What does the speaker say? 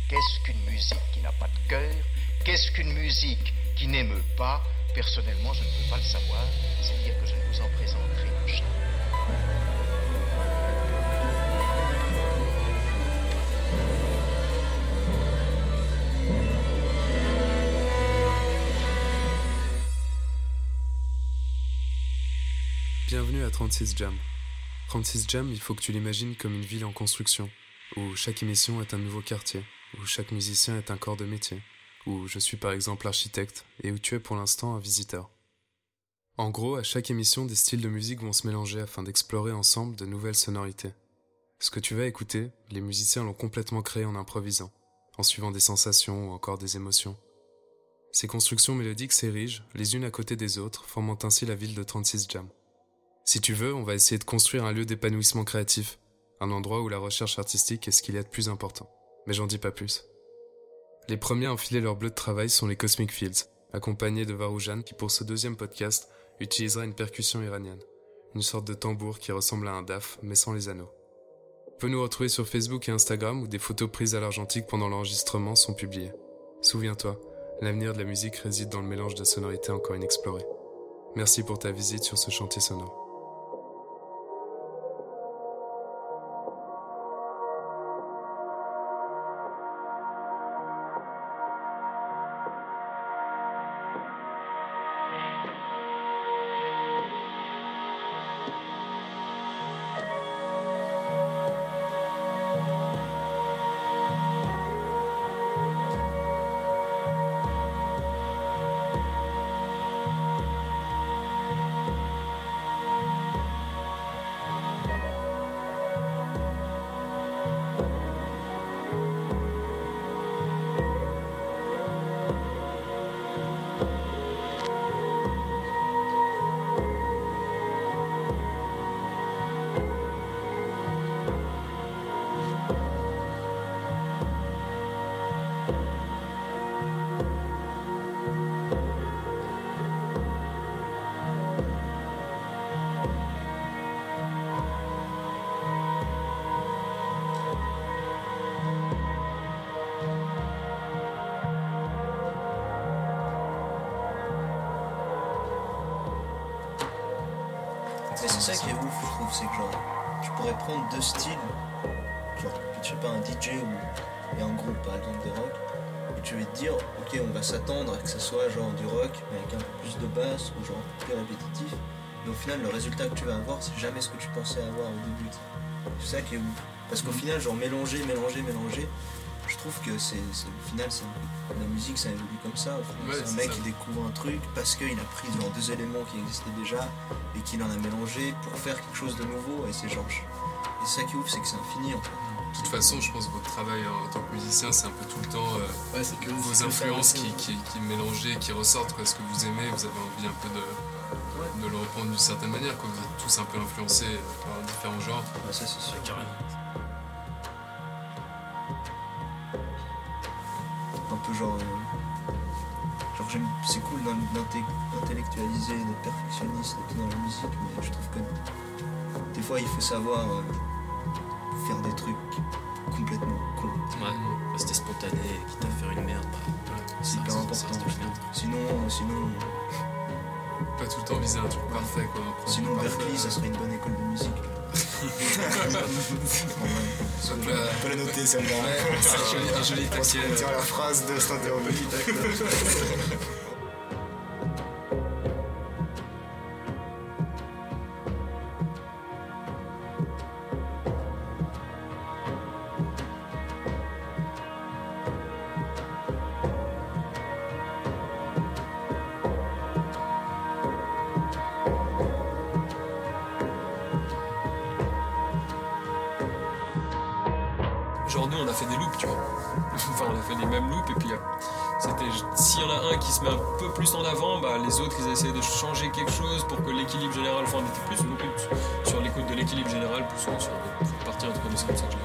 Qu'est-ce qu'une musique qui n'a pas de cœur? Qu'est-ce qu'une musique qui n'aime pas? Personnellement, je ne peux pas le savoir, c'est dire que je ne vous en présenterai jamais. Bienvenue à 36 Jam. 36 Jam, il faut que tu l'imagines comme une ville en construction, où chaque émission est un nouveau quartier, où chaque musicien est un corps de métier, où je suis par exemple architecte et où tu es pour l'instant un visiteur. En gros, à chaque émission, des styles de musique vont se mélanger afin d'explorer ensemble de nouvelles sonorités. Ce que tu vas écouter, les musiciens l'ont complètement créé en improvisant, en suivant des sensations ou encore des émotions. Ces constructions mélodiques s'érigent, les unes à côté des autres, formant ainsi la ville de 36 Jam. Si tu veux, on va essayer de construire un lieu d'épanouissement créatif, un endroit où la recherche artistique est ce qu'il y a de plus important. Mais j'en dis pas plus. Les premiers à enfiler leur bleu de travail sont les Cosmic Fields, accompagnés de Varoujan qui pour ce deuxième podcast utilisera une percussion iranienne, une sorte de tambour qui ressemble à un daf mais sans les anneaux. Tu peux nous retrouver sur Facebook et Instagram où des photos prises à l'argentique pendant l'enregistrement sont publiées. Souviens-toi, l'avenir de la musique réside dans le mélange de sonorités encore inexplorées. Merci pour ta visite sur ce chantier sonore. Mais c'est ça qui est ouf, je trouve, c'est que genre, tu pourrais prendre deux styles, genre, je sais pas, un DJ et un groupe, par exemple, de rock, et tu vas te dire, ok, on va s'attendre à que ça soit genre du rock, mais avec un peu plus de basse, ou genre plus répétitif, mais au final, le résultat que tu vas avoir, c'est jamais ce que tu pensais avoir au début. C'est ça qui est ouf. Parce qu'au final, genre, mélanger, je trouve que au final, la musique, ça évolue comme ça. Ouais, c'est un mec qui découvre un truc parce qu'il a pris genre deux éléments qui existaient déjà et qu'il en a mélangé pour faire quelque chose de nouveau. Et c'est genre. Et c'est ça qui est ouf, c'est que c'est infini en fait. De toute façon, je pense que votre travail en tant que musicien, c'est un peu tout le temps c'est que vos influences qui mélangées, qui ressortent, quoi. Ce que vous aimez, vous avez envie un peu de le reprendre d'une certaine manière, quoi. Vous êtes tous un peu influencés par différents genres. Ouais, ça c'est sûr. Carrément. Un peu genre c'est cool d'intellectualiser, d'être perfectionniste et tout dans la musique, mais je trouve que des fois il faut savoir faire des trucs complètement cons. Ouais, rester spontané, quitte à faire une merde, c'est hyper important. Sinon pas tout le temps viser un truc parfait, quoi. Sinon Berkeley, ça serait une bonne école de musique. On peut la noter celle-là. Ouais, c'est un joli taquet. On tire la phrase de cet interview. Genre nous on a fait des loops, tu vois. Enfin on a fait les mêmes loops et puis s'il y en a un qui se met un peu plus en avant, bah les autres ils essaient de changer quelque chose pour que l'équilibre général, enfin on était plus sur l'écoute de l'équilibre général plus sur une partie, en tout cas c'est comme ça que